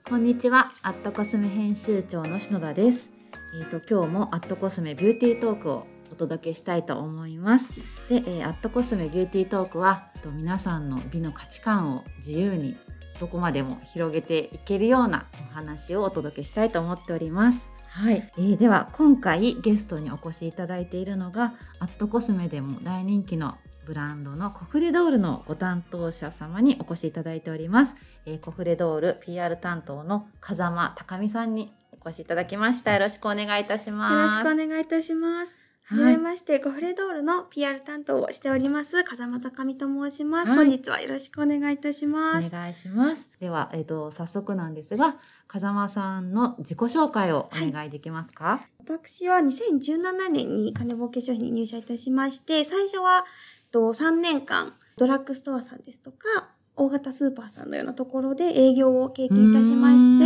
こんにちは、アットコスメ編集長の篠田です。今日もアットコスメビューティートークをお届けしたいと思います。で、アットコスメビューティートークは皆さんの美の価値観を自由にどこまでも広げていけるようなお話をお届けしたいと思っております。はい、では今回ゲストにお越しいただいているのがアットコスメでも大人気のブランドのコフレドールのご担当者様にお越しいただいております。コフレドール PR 担当の風間高美さんにお越しいただきました。よろしくお願いいたします。 よろしくお願いいたします。はじめまして、コフレドールの PR 担当をしております風間高美と申します。本日はよろしくお願いいたします。 お願いします。では、早速なんですが、風間さんの自己紹介をお願いできますか？ 私は2017年に金棒化粧品に入社いたしまして、最初は3年間ドラッグストアさんですとか大型スーパーさんのようなところで営業を経験いたしまして、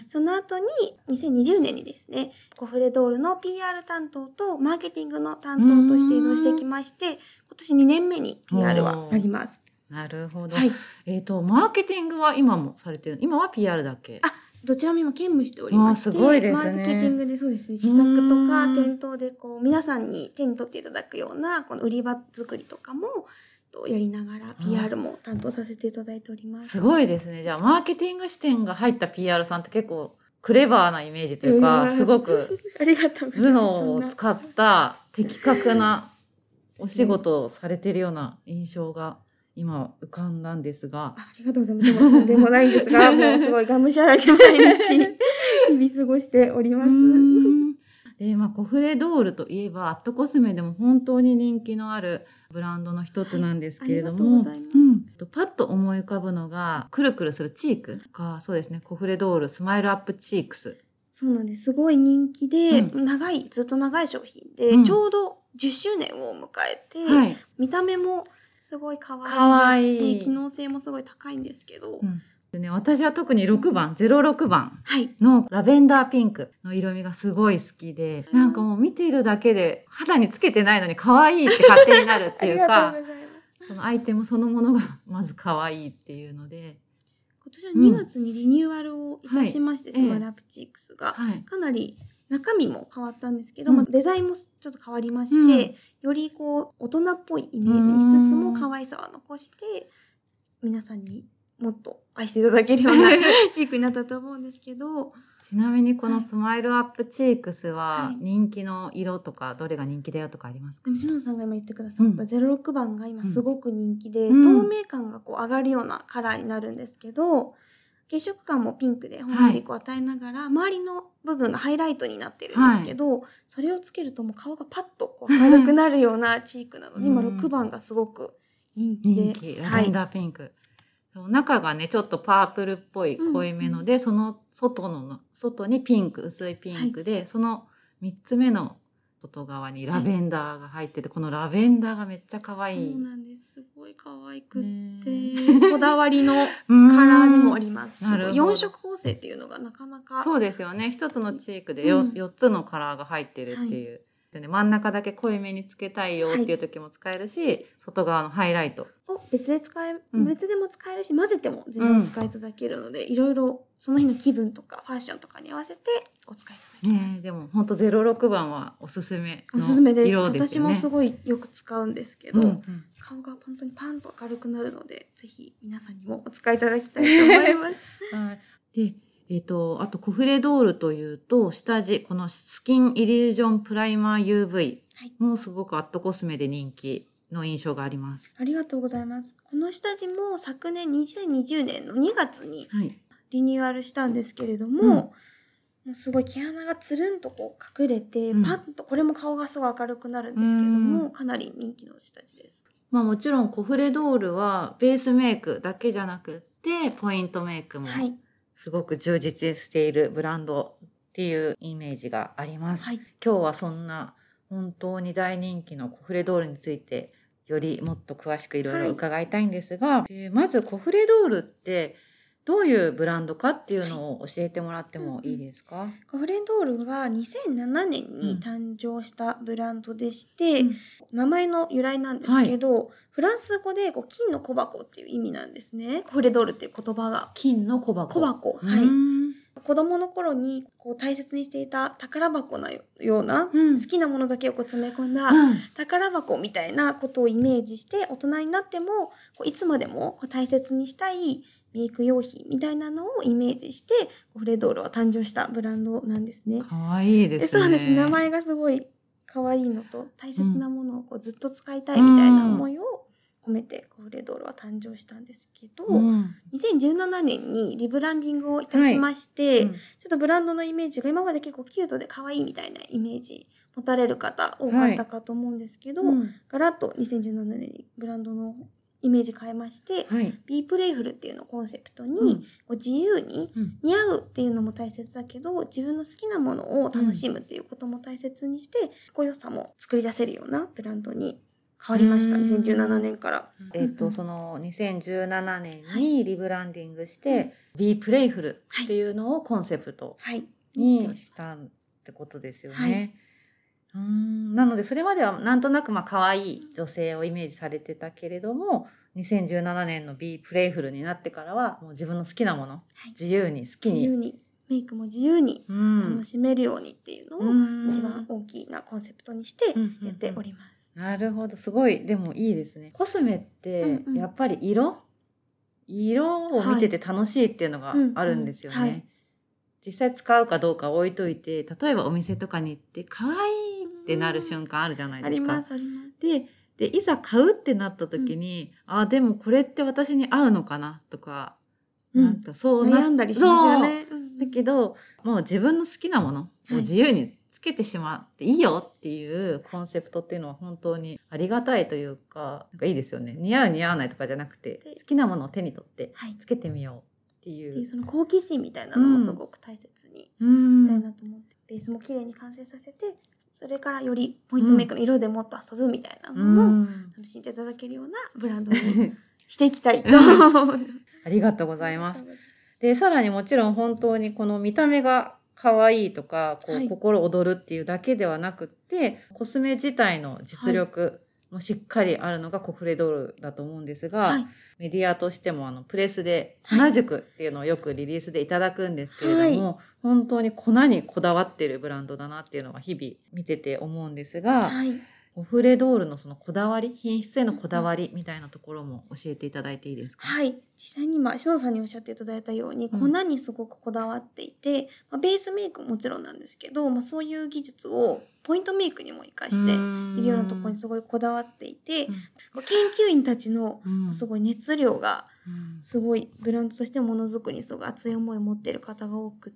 その後に2020年にですね、コフレドールの PR 担当とマーケティングの担当として移動してきまして、今年2年目に PR はなります。 なるほど。 はい。 マーケティングは今もされてる？今は PR だけ？ どちらも今兼務しておりまして、 すごいですね。 マーケティングでそうですね、試作とか店頭で皆さんに手に取っていただくようなこの売り場作りとかもやりながら PR も担当させていただいております。 すごいですね。じゃあマーケティング視点が入った PR さんって結構クレバーなイメージというか、すごく頭脳を使った的確なお仕事をされているような印象が今浮かんだんですが。 ありがとうございます。とんでもないんですが、もうすごいがむしゃらに毎日日々過ごしております。 で、コフレドールといえばアットコスメでも本当に人気のあるブランドの一つなんですけれども、パッと思い浮かぶのがくるくるするチークが、そうですね、コフレドールスマイルアップチークス。 そうなんです。すごい人気で、ずっと長い商品で、ちょうど10周年を迎えて、見た目もすごい可愛いですし、機能性もすごい高いんですけど、 でね、私は特に06番のラベンダーピンクの色味がすごい好きで、なんかもう見ているだけで肌につけてないのに可愛いって勝手になるっていうかそのアイテムそのものがまず可愛いっていうので、 今年は2月にリニューアルをいたしまして、スマイルアップチークスが、かなり中身も変わったんですけど、デザインもちょっと変わりまして、より大人っぽいイメージにしつつも可愛さは残して皆さんにもっと愛していただけるようなチークになったと思うんですけど、 ちなみにこのスマイルアップチークスは人気の色とかどれが人気だよとかありますか？ 篠田さんが今言ってくださった06番が今すごく人気で、透明感が上がるようなカラーになるんですけど、血色感もピンクでほんのり与えながら、周りの部分がハイライトになってるんですけど、それをつけるともう顔がパッと明るくなるようなチークなので、今6番がすごく人気で。 ラベンダーピンク。中がね、ちょっとパープルっぽい濃いめので、その外にピンク、薄いピンクで、その3つ目の外側にラベンダーが入ってて、このラベンダーがめっちゃ可愛い。 そうなんです。すごい可愛くって、こだわりのカラーでもあります。4色構成っていうのがなかなか。 そうですよね。一つのチークで 4つのカラーが入ってるっていう。真ん中だけ濃いめにつけたいよっていう時も使えるし、外側のハイライトを別でも使えるし、混ぜても全然お使いいただけるので、いろいろその日の気分とかファッションとかに合わせてお使いいただけます。 でも本当06番はおすすめの色ですよね。 私もすごいよく使うんですけど、顔が本当にパンと明るくなるので、ぜひ皆さんにもお使いいただきたいと思います。 で、あとコフレドールというと下地、このスキンイリュージョンプライマー UV もすごくアットコスメで人気の印象があります。 ありがとうございます。この下地も昨年2020年の2月にリニューアルしたんですけれども、もうすごい毛穴がつるんと隠れて、パッとこれも顔がすごい明るくなるんですけども、かなり人気の下地です。 もちろんコフレドールはベースメイクだけじゃなくってポイントメイクもすごく充実しているブランドっていうイメージがあります。今日はそんな本当に大人気のコフレドールについてよりもっと詳しくいろいろ伺いたいんですが、まずコフレドールってどういうブランドかっていうのを教えてもらってもいいですか？ コフレドールは2007年に誕生したブランドでして、名前の由来なんですけど、フランス語で金の小箱っていう意味なんですね。コフレドールっていう言葉が。 金の小箱。 小箱。はい。 子供の頃にこう大切にしていた宝箱のような、 うん好きなものだけをこう詰め込んだうん宝箱みたいなことをイメージして、大人になってもこういつまでもこう大切にしたいメイク用品みたいなのをイメージして、フレドールは誕生したブランドなんですね。 かわいいですね。 そうです。名前がすごい可愛いのと、大切なものをこうずっと使いたいみたいな思いを込めて、フレドールは誕生したんですけど、2017年にリブランディングをいたしまして、ちょっとブランドのイメージが今まで結構キュートで可愛いみたいなイメージ持たれる方多かったかと思うんですけど、ガラッと2017年にブランドのイメージ変えまして、Be Playful っていうのをコンセプトに、こう自由に似合うっていうのも大切だけど、自分の好きなものを楽しむっていうことも大切にして、こう良さも作り出せるようなブランドに変わりました。2017年から。 その2017年にリブランディングして、Be Playful っていうのをコンセプトにしたってことですよね。なのでそれまではなんとなく可愛い女性をイメージされてたけれども、2017年の Be Playful になってからはもう自分の好きなもの、自由に好きに自由にメイクも自由に楽しめるようにっていうのを一番大きなコンセプトにしてやっております。 なるほど、すごい。でもいいですね。コスメってやっぱり色を見てて楽しいっていうのがあるんですよね。実際使うかどうか置いといて、例えばお店とかに行って可愛いってなる瞬間あるじゃないですか。 ありますあります。 でいざ買うってなった時に、でもこれって私に合うのかなとか、なんかそう悩んだりしますよね。 だけどもう自分の好きなものを自由につけてしまっていいよっていうコンセプトっていうのは本当にありがたいというか、なんかいいですよね。似合う似合わないとかじゃなくて、好きなものを手に取ってつけてみようっていう、 その好奇心みたいなのもすごく大切にしたいなと思って、ベースも綺麗に完成させて、それからよりポイントメイクの色でもっと遊ぶみたいなのを楽しんでいただけるようなブランドにしていきたいと思います。 ありがとうございます。でさらにもちろん本当にこの見た目が可愛いとか心躍るっていうだけではなくって、コスメ自体の実力もしっかりあるのがコフレドールだと思うんですが、メディアとしてもプレスで粉塾っていうのをよくリリースでいただくんですけれども、本当に粉にこだわってるブランドだなっていうのが日々見てて思うんですが、コフレドールのそのこだわり、品質へのこだわりみたいなところも教えていただいていいですか？ 実際に今篠田さんにおっしゃっていただいたように、粉にすごくこだわっていて、ベースメイクももちろんなんですけど、そういう技術をポイントメイクにも活かしているようなところにすごいこだわっていて、研究員たちのすごい熱量がすごいブランドとしてものづくりにすごい熱い思いを持っている方が多くって、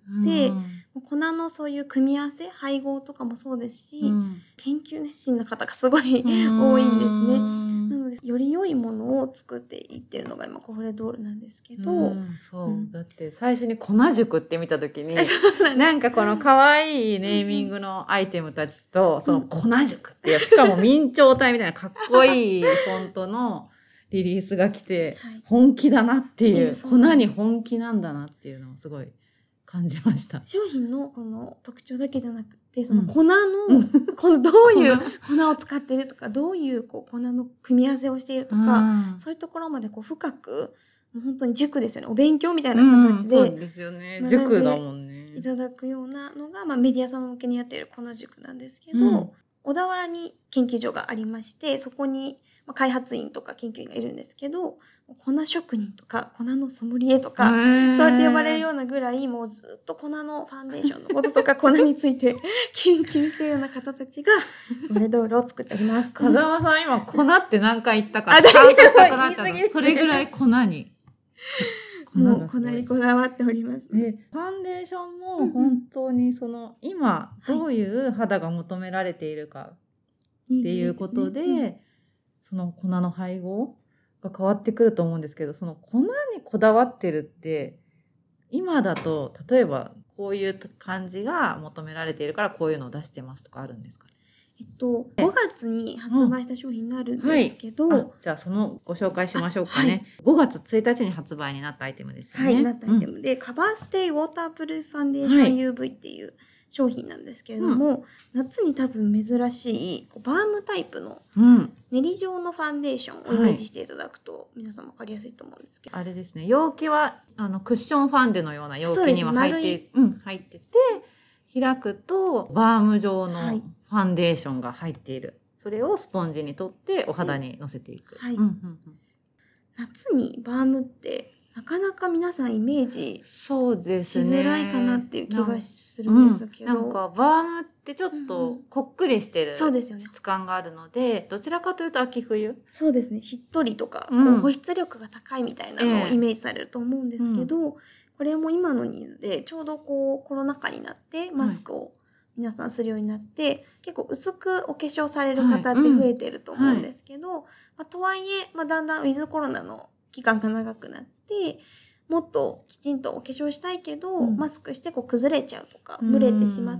粉のそういう組み合わせ、配合とかもそうですし、研究熱心な方がすごい多いんですね。なのでより良いものを作っていってるのが今コフレドールなんですけど、 だって最初に粉塾って見た時になんかこの可愛いネーミングのアイテムたちと、その粉塾っていう、しかも明朝体みたいなかっこいいフォントのリリースが来て、本気だなっていう、粉に本気なんだなっていうのをすごい感じました。 商品のこの特徴だけじゃなくて、その粉の、このどういう粉を使っているとか、どういう粉の組み合わせをしているとか、そういうところまで深く、もう本当に塾ですよね。お勉強みたいな形で、 そうですよね。塾だもんね。 いただくようなのが、メディア様向けにやっている粉塾なんですけど、小田原に研究所がありまして、そこに開発員とか研究員がいるんですけど、粉職人とか粉のソムリエとか、そうやって呼ばれるようなぐらい、もうずっと粉のファンデーションのこととか粉について研究しているような方たちがコフレドールを作っております。 風間さん今粉って何回言ったかちゃんとしたくなっちゃう。それぐらい粉に。 もう粉にこだわっております。 でファンデーションも本当に今どういう肌が求められているかっていうことで、その粉の配合が変わってくると思うんですけど、その粉にこだわってるって今だと例えばこういう感じが求められているからこういうのを出してますとかあるんですかね ？5月に発売した商品になるんですけど、 じゃあそのご紹介しましょうかね。5月1日に発売になったアイテムですよね。 なったアイテムで、カバーステイウォータープルーフファンデーション UV っていう商品なんですけれども、夏に多分珍しいバームタイプの練り状のファンデーションをイメージしていただくと、皆さん分かりやすいと思うんですけど、 あれですね、容器はクッションファンデのような容器には入ってて、開くとバーム状のファンデーションが入っている、それをスポンジに取ってお肌にのせていく。 夏にバームってなかなか皆さんイメージしづづらいかなっていう気がするんですけど、 なんかバームってちょっとこっくりしてる質感があるので、どちらかというと秋冬、 そうですね、しっとりとか、保湿力が高いみたいなのをイメージされると思うんですけど、これも今のニーズでちょうどコロナ禍になってマスクを皆さんするようになって、結構薄くお化粧される方って増えてると思うんですけど、とはいえ、だんだんウィズコロナの期間が長くなって、もっときちんとお化粧したいけど、マスクして崩れちゃうとか、蒸れてしまって、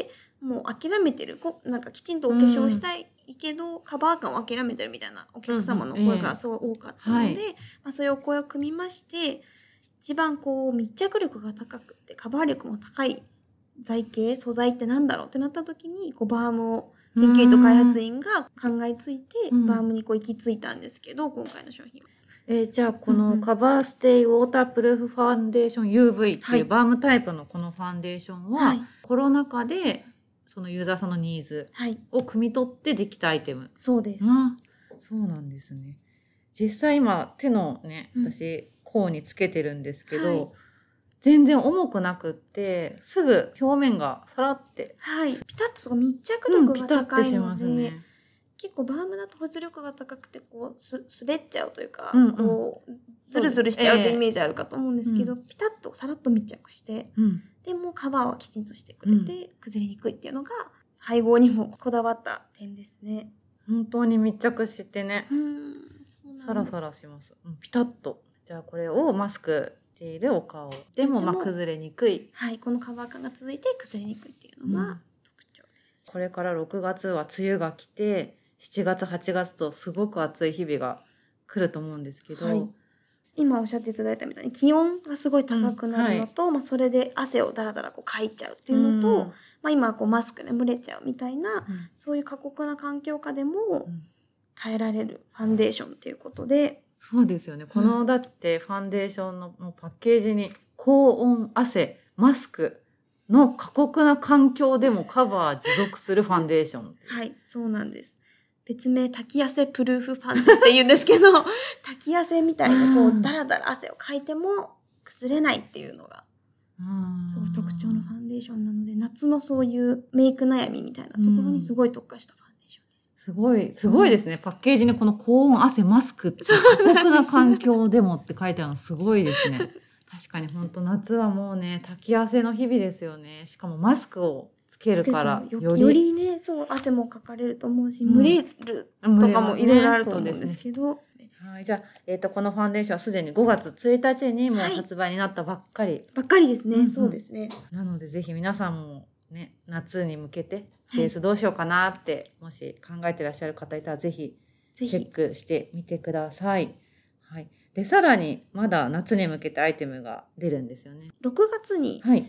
もう諦めてる、なんかきちんとお化粧したいけど、カバー感を諦めてるみたいなお客様の声がすごい多かったので、そういうお声を組みまして、一番密着力が高くて、カバー力も高い素材ってなんだろうってなった時に、バームを研究と開発員が考えついて、バームに行き着いたんですけど、今回の商品は。 じゃあこのカバーステイウォータープルーフファンデーション UV っていうバームタイプのこのファンデーションは、コロナ禍でそのユーザーさんのニーズを汲み取ってできたアイテム。 そうです。 そうなんですね。実際今手のね、私甲につけてるんですけど、全然重くなくってすぐ表面がさらって、 ピタッと密着力が高いので、結構バームだと保湿力が高くて滑っちゃうというか、ズルズルしちゃうってイメージあるかと思うんですけど、ピタッとさらっと密着して、でもカバーはきちんとしてくれて、崩れにくいっていうのが配合にもこだわった点ですね。 本当に密着してね、サラサラします。ピタッと。じゃあこれをマスクしているお顔でも崩れにくい。 このカバー感が続いて崩れにくいっていうのが特徴です。 これから6月は梅雨が来て、7月8月とすごく暑い日々が来ると思うんですけど、 今おっしゃっていただいたみたいに気温がすごい高くなるのと、それで汗をだらだらかいちゃうっていうのと、今マスクで蒸れちゃうみたいな、そういう過酷な環境下でも耐えられるファンデーションっていうことで。 そうですよね。このだってファンデーションのパッケージに高温汗マスクの過酷な環境でもカバー持続するファンデーション。 そうなんです。別名炊き汗プルーフファンデって言うんですけど、炊き汗みたいなだらだら汗をかいても崩れないっていうのがすごい特徴のファンデーションなので、夏のそういうメイク悩みみたいなところにすごい特化したファンデーションです。 すごいですね。パッケージにこの高温汗マスクって過酷な環境でもって書いてあるのすごいですね。確かに本当夏はもうね、炊き汗の日々ですよね。しかもマスクをつけるからよりね、汗もかかれると思うし、蒸れるとかもいろいろあると思うんですけど。 じゃあ、このファンデーションはすでに5月1日にもう発売になったばっかり。 ですね。そうですね。 なのでぜひ皆さんもね、夏に向けてベースどうしようかなって、もし考えてらっしゃる方いたらぜひチェックしてみてください。で、さらにまだ夏に向けてアイテムが出るんですよね。 6月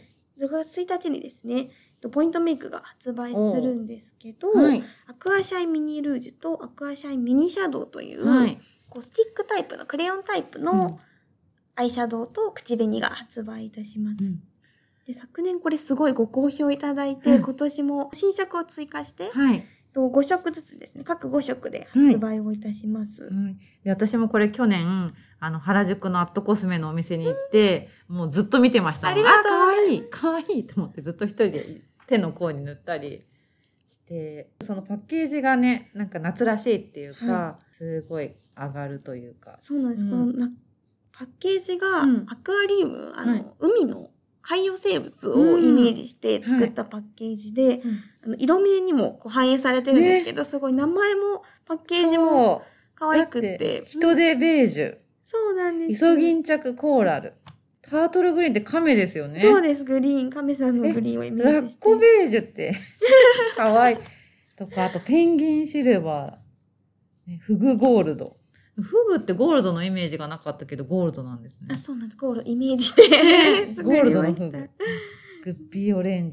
1日にですね、ポイントメイクが発売するんですけど、アクアシャインミニルージュとアクアシャインミニシャドウという、スティックタイプのクレヨンタイプのアイシャドウと口紅が発売いたします。で、昨年これすごいご好評いただいて、今年も新色を追加して、5色ずつですね、各5色で発売をいたします。 で、私もこれ去年原宿のアットコスメのお店に行って、もうずっと見てました。 ありがとう。 かわいいと思ってずっと一人で手の甲に塗ったりして、そのパッケージがね、なんか夏らしいっていうか、すごい上がるというか。 そうなんです。このパッケージがアクアリウム、海の海洋生物をイメージして作ったパッケージで、色味にも反映されてるんですけど、すごい名前もパッケージも可愛くて。 ヒトデベージュ。 そうなんです。 イソギンチャクコーラル。タートルグリーンって亀ですよね。 そうです。グリーン。亀さんのグリーンをイメージして。 ラッコベージュってかわいい。とか、あとペンギンシルバー。フグゴールド。フグってゴールドのイメージがなかったけど、ゴールドなんですね。 そうなんです。ゴールドイメージして。 ゴールドのフグ。グッピーオレンジ。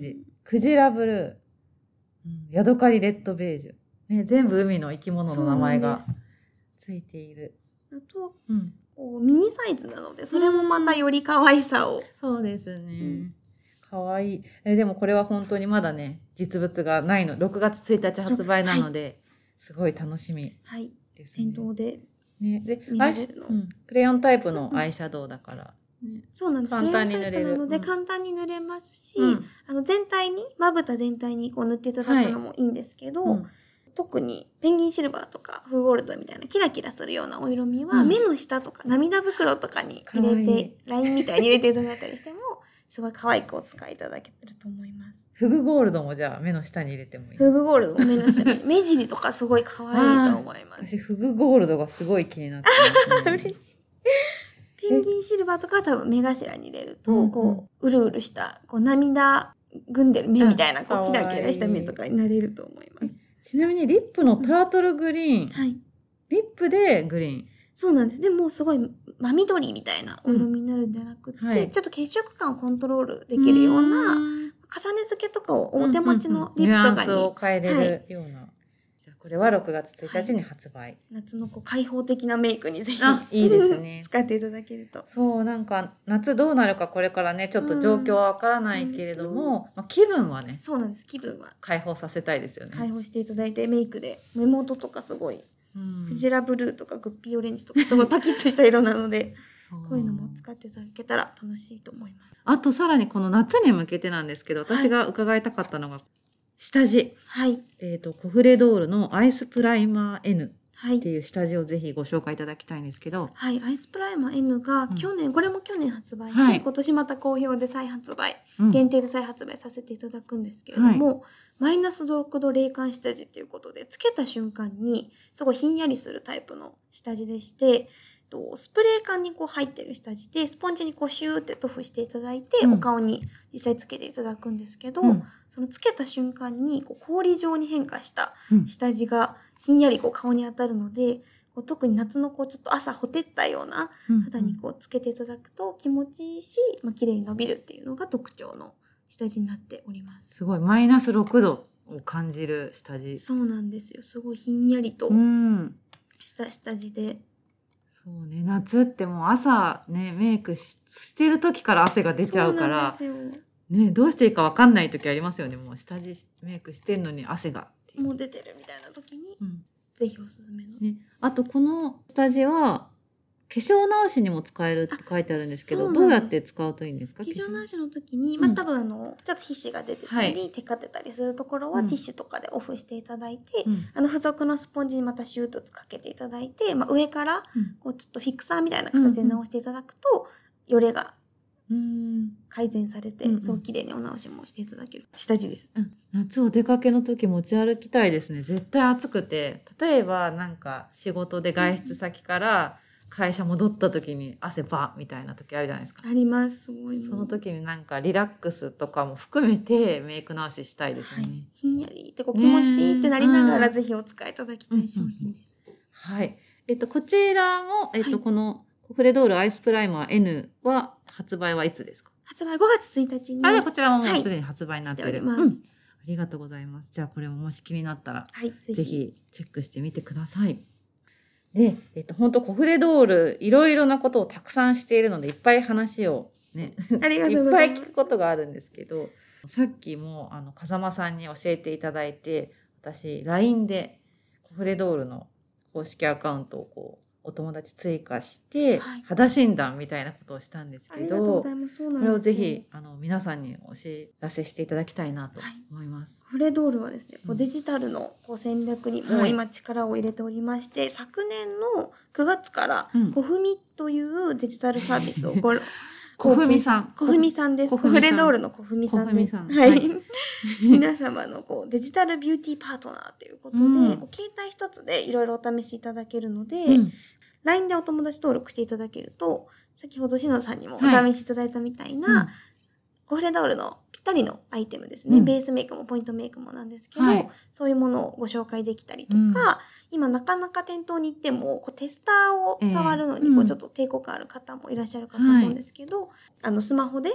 クジラブルー、ヤドカリレッドベージュ、ね、全部海の生き物の名前がついている。 あと、こうミニサイズなのでそれもまたより可愛さを。 そうですね。可愛い。でもこれは本当にまだね実物がないの。6月1日発売なので、すごい楽しみですね。 店頭でね、で見られるの。 クレヨンタイプのアイシャドウだから。 そうなんです。 簡単に塗れる。 クレヨンタイプなので簡単に塗れますし、全体にまぶた全体にこう塗っていただくのもいいんですけど、特にペンギンシルバーとかフーゴールドみたいなキラキラするようなお色味は、目の下とか涙袋とかに入れて、ラインみたいに入れていただいたりしてもすごい可愛くお使いいただけてると思います。 フグゴールドもじゃあ目の下に入れてもいい？ フグゴールドも目の下に目尻とかすごい可愛いと思います。 私フグゴールドがすごい気になってます、ね、 嬉しい。ペンギンシルバーとかは多分目頭に入れると、こううるうるしたこう涙ぐんでる目みたいな、こうキラキラした目とかになれると思います。 ちなみにリップのタートルグリーン、リップでグリーン。 そうなんです。でもすごい真緑みたいなお色味になるんじゃなくて、ちょっと血色感をコントロールできるような重ね付けとかをお手持ちのリップとかに、 ニュアンスを変えれるような。じゃあこれは6月1日に発売。 夏のこう開放的なメイクにぜひいいですね。 使っていただけると。 そうなんか夏どうなるかこれからねちょっと状況はわからないけれども、気分はね。 そうなんです。気分は解放させたいですよね。 解放していただいてメイクで目元とかすごい。クジラブルーとかグッピーオレンジとかすごいパキッとした色なのでこういうのも使っていただけたら楽しいと思います。 あとさらにこの夏に向けてなんですけど、私が伺いたかったのが下地、コフレドールのアイスプライマー N っていう下地をぜひご紹介いただきたいんですけど、 アイスプライマー N がこれも去年発売して、今年また好評で再発売、限定で再発売させていただくんですけれども、マイナス6度冷感下地ということで、つけた瞬間にすごいひんやりするタイプの下地でして、スプレー缶にこう入ってる下地で、スポンジにこうシューって塗布していただいて、お顔に実際つけていただくんですけど、そのつけた瞬間にこう氷状に変化した下地がひんやりこう顔に当たるので、特に夏のこうちょっと朝ほてったような肌にこうつけていただくと気持ちいいし、綺麗に伸びるっていうのが特徴の下地になっております。 すごいマイナス6度を感じる下地。 そうなんですよ。すごいひんやりとした下地で。 そうね、夏ってもう朝ねメイクしてる時から汗が出ちゃうから、 そうなんですよ。 ね、どうしていいか分かんない時ありますよね。もう下地メイクしてんのに汗がもう出てるみたいな時に、ぜひおすすめの、 あとこの下地は化粧直しにも使えるって書いてあるんですけど、どうやって使うといいんですか？ 化粧直しの時に、多分ちょっと皮脂が出てたり、テカってたりするところはティッシュとかでオフしていただいて、付属のスポンジにまたシュートかけていただいて、上からこうちょっとフィクサーみたいな形で直していただくと、よれが改善されて、そう綺麗にお直しもしていただける下地です。 夏お出かけの時持ち歩きたいですね。絶対暑くて、例えばなんか仕事で外出先から会社戻った時に汗ばみたいな時あるじゃないですか。 あります。すごい。 その時になんかリラックスとかも含めてメイク直ししたいですね。 ひんやりってこう気持ちいいってなりながら、ぜひお使いいただきたい商品です。 はい。こちらもこのコフレドールアイスプライマー N は発売はいつですか？ 発売5月1日に。 こちらももうすでに発売になってる。ありがとうございます。じゃあこれももし気になったら、ぜひチェックしてみてください。で、本当コフレドールいろいろなことをたくさんしているのでいっぱい話をねいっぱい聞くことがあるんですけど、さっきも風間さんに教えていただいて、私 LINE でコフレドールの公式アカウントをこうお友達追加して、肌診断みたいなことをしたんですけど、これをぜひ皆さんにお知らせしていただきたいなと思います。 コフレドールはですね、デジタルの戦略にも今力を入れておりまして、昨年の9月からコフミというデジタルサービスをコフミさん。 コフミさんです。コフレドールのコフミさんです。皆様のデジタルビューティーパートナーということで、携帯一つでいろいろお試しいただけるので、LINE でお友達登録していただけると、先ほど篠田さんにもお試しいただいたみたいな、コフレドールのぴったりのアイテムですね。ベースメイクもポイントメイクもなんですけど、そういうものをご紹介できたりとか、今なかなか店頭に行ってもテスターを触るのにちょっと抵抗感ある方もいらっしゃるかと思うんですけど、スマホで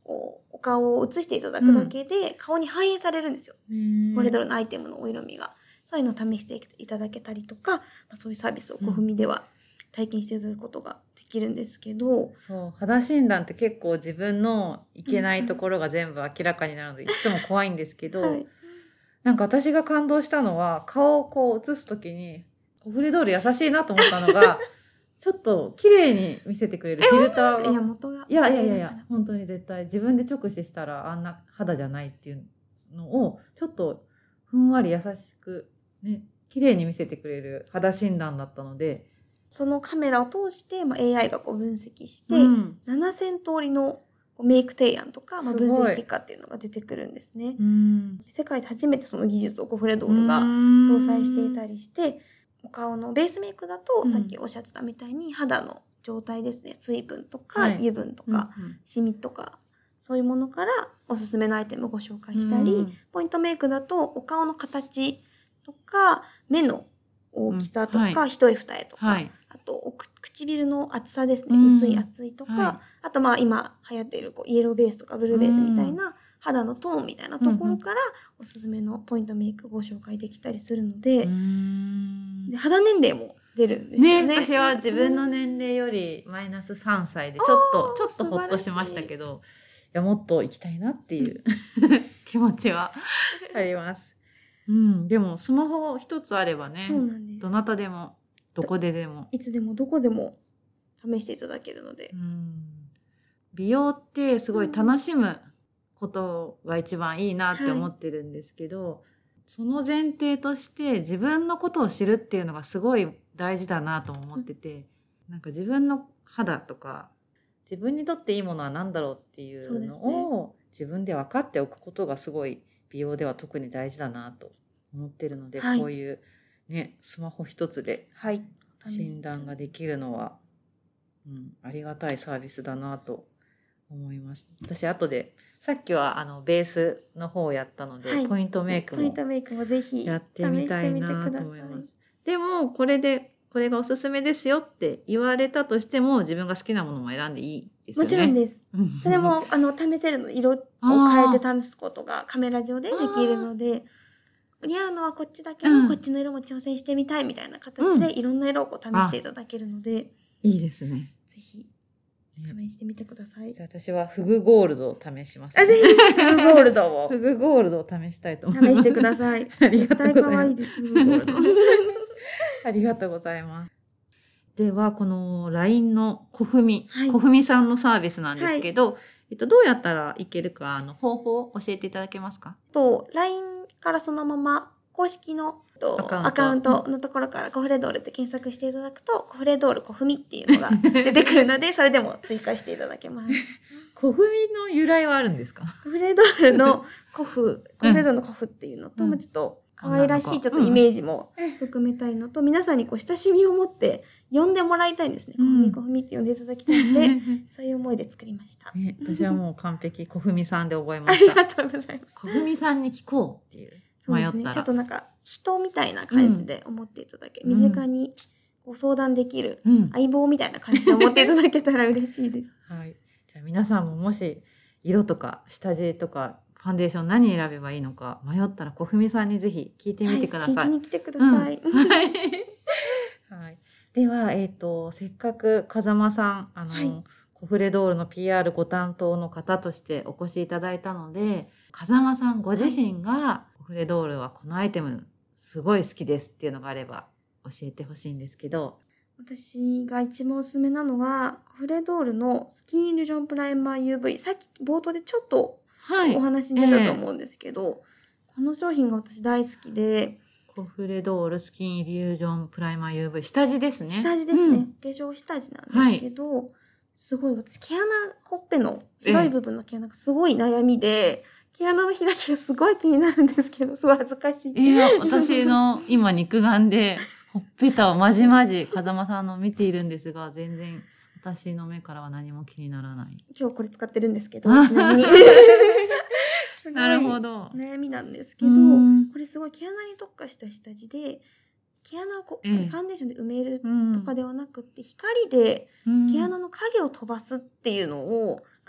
こうお顔を映していただくだけで顔に反映されるんですよ。コフレドールのアイテムのお色味が。そういうのを試していただけたりとか、そういうサービスをコフミでは体験していただくことができるんですけど、 そう肌診断って結構自分のいけないところが全部明らかになるので、いつも怖いんですけど、 はい、 なんか私が感動したのは顔をこう映すときにコフレドール優しいなと思ったのがちょっと綺麗に見せてくれるフィルターが、 いや元がいや本当に絶対自分で直視したらあんな肌じゃないっていうのをちょっとふんわり優しくね綺麗に見せてくれる肌診断だったので、 そのカメラを通して、AI がこう分析して、7000通りのメイク提案とか、分析結果っていうのが出てくるんですね。世界で初めてその技術をコフレドールが搭載していたりして、お顔のベースメイクだと、さっきおっしゃってたみたいに肌の状態ですね、水分とか油分とか、シミとか、そういうものからおすすめのアイテムをご紹介したり、ポイントメイクだとお顔の形とか目の大きさとか、一重二重とか、あと唇の厚さですね、薄い厚いとか、あと今流行っているイエローベースとかブルーベースみたいな肌のトーンみたいなところからおすすめのポイントメイクご紹介できたりするので、で肌年齢も出るんですよね。 私は自分の年齢よりマイナス3歳でちょっとほっとしましたけど、いやもっと行きたいなっていう気持ちはあります。でもスマホ一つあればね、 そうなんです。 どなたでもどこででもいつでもどこでも試していただけるので、 美容ってすごい楽しむことが一番いいなって思ってるんですけど、その前提として自分のことを知るっていうのがすごい大事だなと思ってて、なんか自分の肌とか自分にとっていいものは何だろうっていうのを自分で分かっておくことがすごい美容では特に大事だなと思ってるので、こういうねスマホ一つで診断ができるのは、ありがたいサービスだなと思います。私後でさっきはベースの方をやったので、ポイントメイクもぜひやってみたいなと思います。でもこれがおすすめですよって言われたとしても自分が好きなものも選んでいいですよね。 もちろんです。それも試せるの、色を変えて試すことがカメラ上でできるので、似合うのはこっちだけど、こっちの色も挑戦してみたいみたいな形でいろんな色を試していただけるので、 いいですね。 ぜひ試してみてください。 じゃあ私はフグゴールドを試します、 ぜひフグゴールドをフグゴールドを試したいと思います。 試してください。 ありがとうございます。 絶対可愛いです、フグゴールド。 ありがとうございます。ではこの LINE のコフミさんのサービスなんですけど、どうやったらいけるか方法を教えていただけますか ？LINE からそのまま公式のアカウントのところからコフレドールって検索していただくと、コフレドールコフミっていうのが出てくるのでそれでも追加していただけます。 コフミの由来はあるんですか？ コフレドールのコフレドールのコフっていうのと、ちょっと可愛らしいちょっとイメージも含めたいのと、皆さんに親しみを持って呼んでもらいたいんですね。コフミコフミって呼んでいただきたいので、そういう思いで作りました。 私はもう完璧コフミさんで覚えました。 ありがとうございます。 コフミさんに聞こうっていう。 そうですね。ちょっとなんか人みたいな感じで思っていただけ、身近にご相談できる相棒みたいな感じで思っていただけたら嬉しいです。 はい。じゃあ皆さんももし色とか下地とかファンデーション何選べばいいのか迷ったらコフミさんにぜひ聞いてみてください。 聞きに来てください。 はい。ではせっかく風間さんコフレドールの PR ご担当の方としてお越しいただいたので、風間さんご自身がコフレドールはこのアイテムすごい好きですっていうのがあれば教えてほしいんですけど。 私が一番おすすめなのはコフレドールのスキンイリュージョンプライマー UV。さっき冒頭でちょっとお話に出たと思うんですけど、この商品が私大好きで、 コフレドールスキンイリュージョンプライマー UV 下地ですね。 下地ですね。化粧下地なんですけど、すごい私毛穴、ほっぺの広い部分の毛穴がすごい悩みで、毛穴の開きがすごい気になるんですけど、すごい恥ずかしい。 私の今肉眼でほっぺたをまじまじ風間さんの見ているんですが、全然私の目からは何も気にならない。 今日これ使ってるんですけど、ちなみになるほど。 悩みなんですけど、これすごい毛穴に特化した下地で、毛穴をファンデーションで埋めるとかではなくって、光で毛穴の影を飛ばすっていうの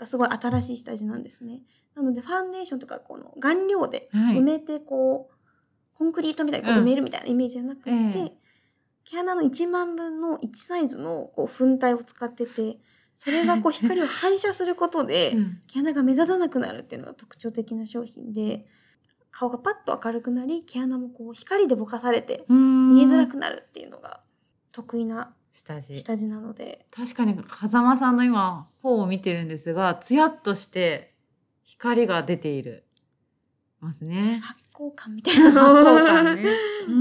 がすごい新しい下地なんですね。なのでファンデーションとかこの顔料ではい埋めてこう、コンクリートみたいにこう埋めるみたいなイメージじゃなくて、毛穴の1万分の1サイズのこう粉体を使ってて、それがこう光を反射することで、毛穴が目立たなくなるっていうのが特徴的な商品で、顔がパッと明るくなり、毛穴もこう光でぼかされて見えづらくなるっていうのが得意な下地なので。 確かに風間さんの今頬を見てるんですが、ツヤっとして光が出ているますね。 発光感みたいなの発光感ね。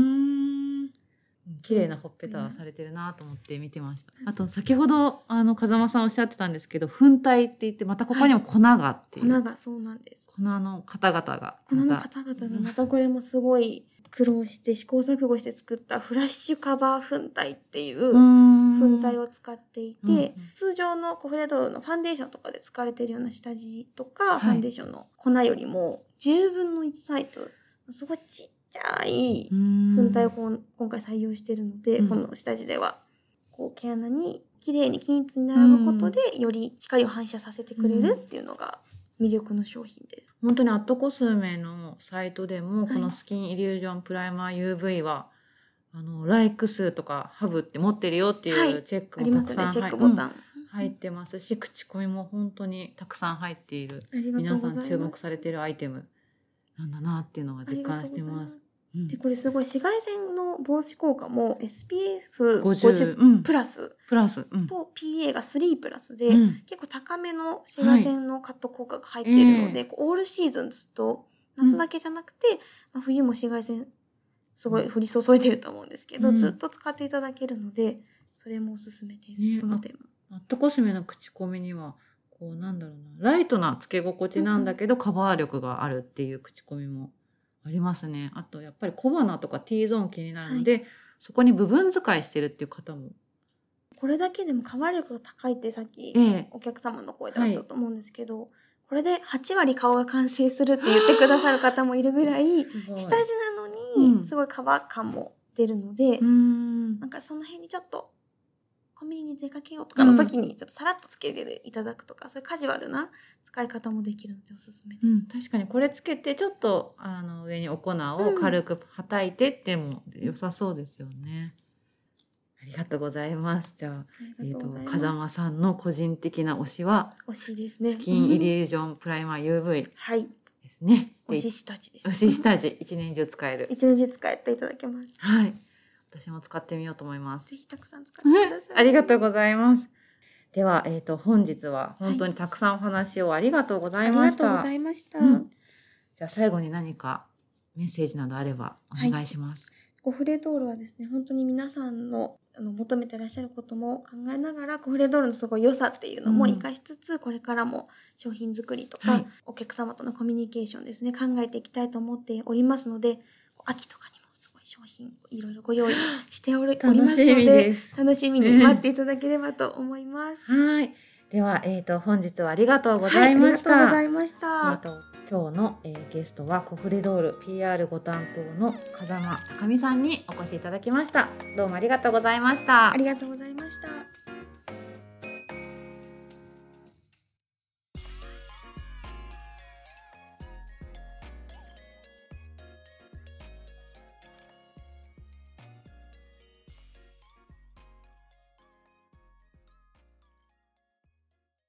綺麗なほっぺたはされてるなと思って見てました。あと先ほど風間さんおっしゃってたんですけど、粉体って言ってまたここにも粉がっていう、 粉がそうなんです。 粉の方々がまたこれもすごい苦労して試行錯誤して作ったフラッシュカバー粉体っていう粉体を使っていて、通常のコフレドールのファンデーションとかで使われているような下地とか、ファンデーションの粉よりも10分の1サイズ、すごいちっちゃい粉体を今回採用しているので、この下地ではこう毛穴に綺麗に均一に並ぶことで、より光を反射させてくれるっていうのが魅力の商品です。 本当にアットコスメのサイトでも、このスキンイリュージョンプライマー UV はライク数とかハブって持ってるよっていうチェックもたくさん、 チェックボタン入ってますし、口コミも本当にたくさん入っている、皆さん注目されているアイテムなんだなっていうのが実感してます。 でこれすごい紫外線の防止効果も SPF50 プラスと PA が3プラスで、結構高めの紫外線のカット効果が入っているので、オールシーズンずっと夏だけじゃなくて、冬も紫外線すごい降り注いでると思うんですけど、ずっと使っていただけるので、それもおすすめです。その点もアットコスメの口コミにはこうなんだろうな、ライトなつけ心地なんだけどカバー力があるっていう口コミもありますね。あとやっぱり小鼻とか T ゾーン気になるので、そこに部分使いしてるっていう方も、 これだけでもカバー力が高いってさっきお客様の声だったと思うんですけど、これで8割顔が完成するって言ってくださる方もいるぐらい、下地なのにすごいカバー感も出るので、なんかその辺にちょっとコンビニに出かけようとかの時にちょっとさらっとつけていただくとか、そういうカジュアルな使い方もできるのでおすすめです。 確かにこれつけてちょっと上にお粉を軽くはたいてっても良さそうですよね。ありがとうございます。じゃあ、風間さんの個人的な推しはですね、 スキンイリュージョンプライマー UV ですね。 推し下地です。 推し下地一年中使える。 一年中使っていただけます。 はい。私も使ってみようと思います。 ぜひたくさん使ってください。 ありがとうございます。では、本日は本当にたくさんお話をありがとうございました。 ありがとうございました。 じゃあ最後に何かメッセージなどあればお願いします。 コフレドールはですね、本当に皆さんの求めてらっしゃることも考えながら、コフレドールのすごい良さっていうのも活かしつつ、これからも商品作りとか、お客様とのコミュニケーションですね、考えていきたいと思っておりますので、秋とかにもすごい商品いろいろご用意しておりますので、楽しみに待っていただければと思います。 はい。では、本日はありがとうございました。 ありがとうございました。 今日の、ゲストはコフレドール PR ご担当の風間貴美さんにお越しいただきました。どうもありがとうございました。 ありがとうございました。